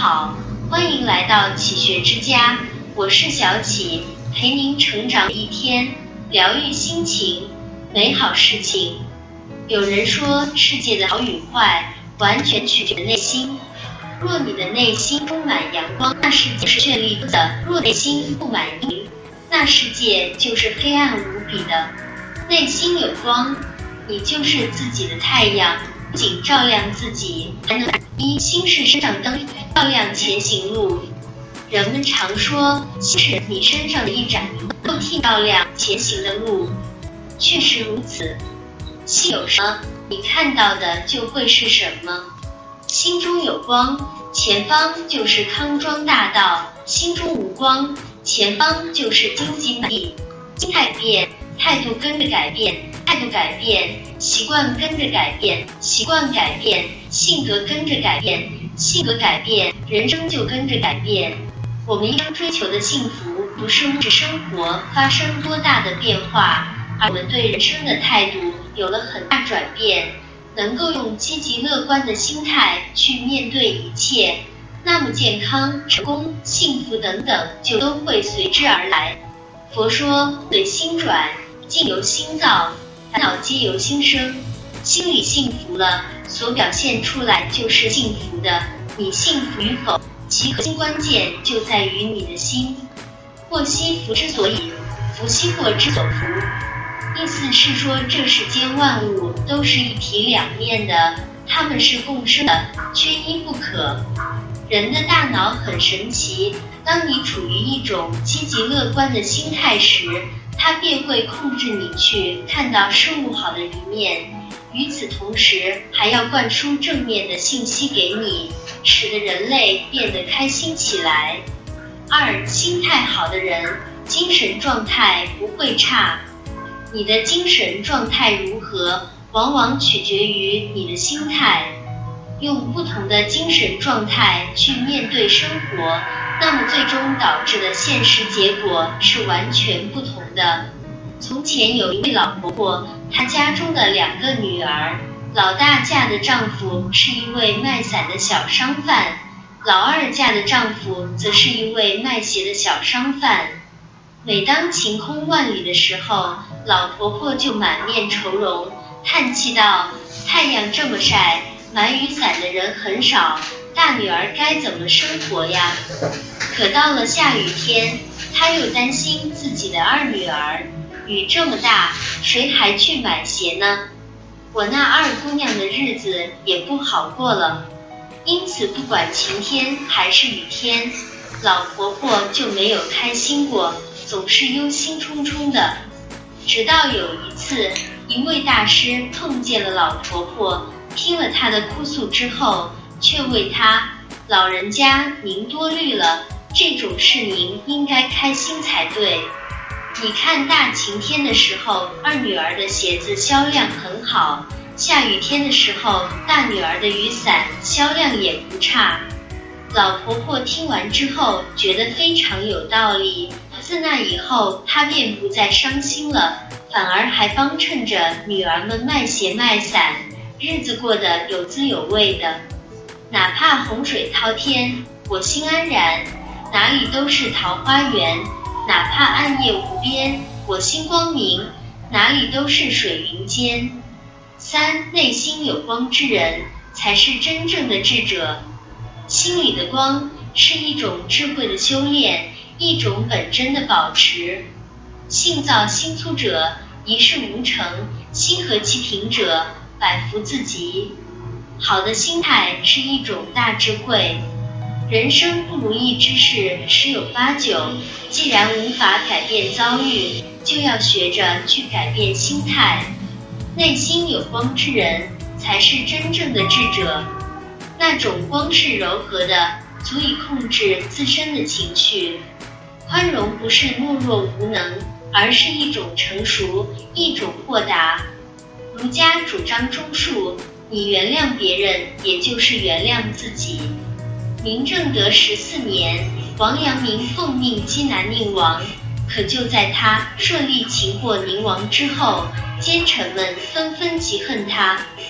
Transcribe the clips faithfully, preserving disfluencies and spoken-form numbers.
好，欢迎来到启学之家，我是小启，陪您成长一天，疗愈心情，美好事情。有人说，世界的好与坏完全取决于内心。若你的内心充满阳光，那世界是绚丽的；若内心布满阴云，那世界就是黑暗无比的。内心有光，你就是自己的太阳，不仅照亮自己，还能一心是身上灯，照亮前行路。人们常说，心是你身上的一盏明灯，替照亮前行的路。确实如此，心有什么，你看到的就会是什么。心中有光，前方就是康庄大道；心中无光，前方就是荆棘满地。心态变，态度跟着改变；态度改变，习惯跟着改变；习惯改变，性格跟着改变；性格改变，人生就跟着改变。我们一生追求的幸福，不是物质生活发生多大的变化，而我们对人生的态度有了很大转变。能够用积极乐观的心态去面对一切，那么健康、成功、幸福等等就都会随之而来。佛说，随心转，境由心造，烦恼皆由心生。心里幸福了，所表现出来就是幸福的。你幸福与否，其核心关键就在于你的心。祸兮福之所以，福兮祸之所伏。意思是说，这世间万物都是一体两面的，它们是共生的，缺一不可。人的大脑很神奇，当你处于一种积极乐观的心态时，它便会控制你去看到事物好的一面，与此同时还要灌输正面的信息给你，使得人类变得开心起来。二，心态好的人，精神状态不会差。你的精神状态如何，往往取决于你的心态。用不同的精神状态去面对生活，那么最终导致的现实结果是完全不同的。从前有一位老婆婆，她家中的两个女儿，老大嫁的丈夫是一位卖伞的小商贩，老二嫁的丈夫则是一位卖鞋的小商贩。每当晴空万里的时候，老婆婆就满面愁容，叹气道：太阳这么晒，买雨伞的人很少，大女儿该怎么生活呀？可到了下雨天，她又担心自己的二女儿，雨这么大，谁还去买鞋呢？我那二姑娘的日子也不好过了。因此不管晴天还是雨天，老婆婆就没有开心过，总是忧心忡忡的。直到有一次，一位大师碰见了老婆婆，听了她的哭诉之后，却问她：老人家您多虑了，这种事您应该开心才对。你看大晴天的时候，二女儿的鞋子销量很好，下雨天的时候，大女儿的雨伞销量也不差。老婆婆听完之后觉得非常有道理，自那以后她便不再伤心了，反而还帮衬着女儿们卖鞋卖伞，日子过得有滋有味的。哪怕洪水滔天，我心安然，哪里都是桃花源；哪怕暗夜无边，我心光明，哪里都是水云间。三，内心有光之人，才是真正的智者。心里的光是一种智慧的修炼，一种本真的保持。性躁心粗者，一事无成；心和气平者，百福自集。好的心态是一种大智慧。人生不如意之事十有八九，既然无法改变遭遇，就要学着去改变心态。内心有光之人，才是真正的智者。那种光是柔和的，足以控制自身的情绪。宽容不是懦弱无能，而是一种成熟，一种豁达。儒家主张忠恕，你原谅别人，也就是原谅自己。明正德十四年，王阳明奉命击南宁王，可就在他顺利擒获宁王之后，奸臣们纷纷嫉恨他。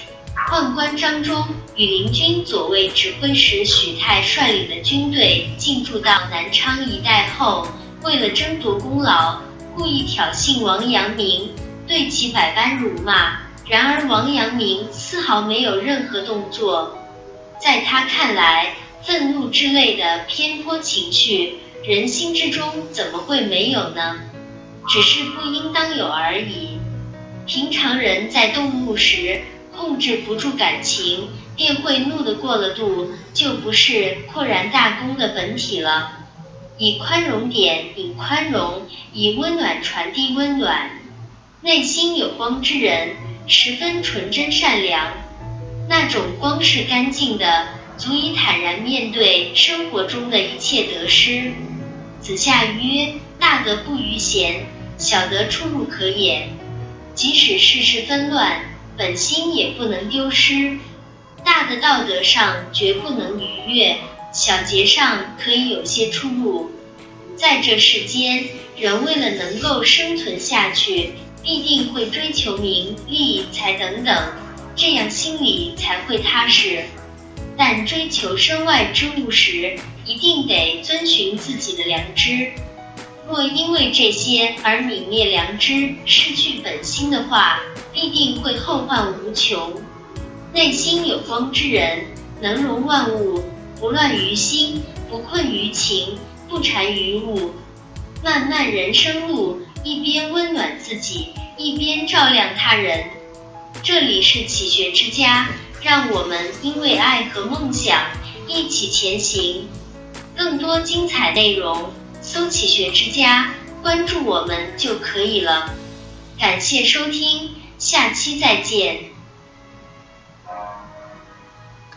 宦官张忠与林军左卫指挥使许泰率领的军队进驻到南昌一带后，为了争夺功劳，故意挑衅王阳明，对其百般辱骂。然而王阳明丝毫没有任何动作，在他看来，愤怒之类的偏颇情绪，人心之中怎么会没有呢？只是不应当有而已。平常人在动怒时控制不住感情，便会怒得过了度，就不是扩然大公的本体了。以宽容点引宽容，以温暖传递温暖。内心有光之人，十分纯真善良，那种光是干净的，足以坦然面对生活中的一切得失。子夏曰：大德不逾贤，小德出入可也。即使世事纷乱，本心也不能丢失。大的道德上绝不能逾越，小节上可以有些出入。在这世间，人为了能够生存下去，必定会追求名利财等等，这样心里才会踏实。但追求身外之物时，一定得遵循自己的良知。若因为这些而泯灭良知，失去本心的话，必定会后患无穷。内心有光之人，能容万物，不乱于心，不困于情，不缠于物。漫漫人生路，一边温暖自己，一边照亮他人。这里是启学之家，让我们因为爱和梦想一起前行。更多精彩内容，搜启学之家，关注我们就可以了。感谢收听，下期再见。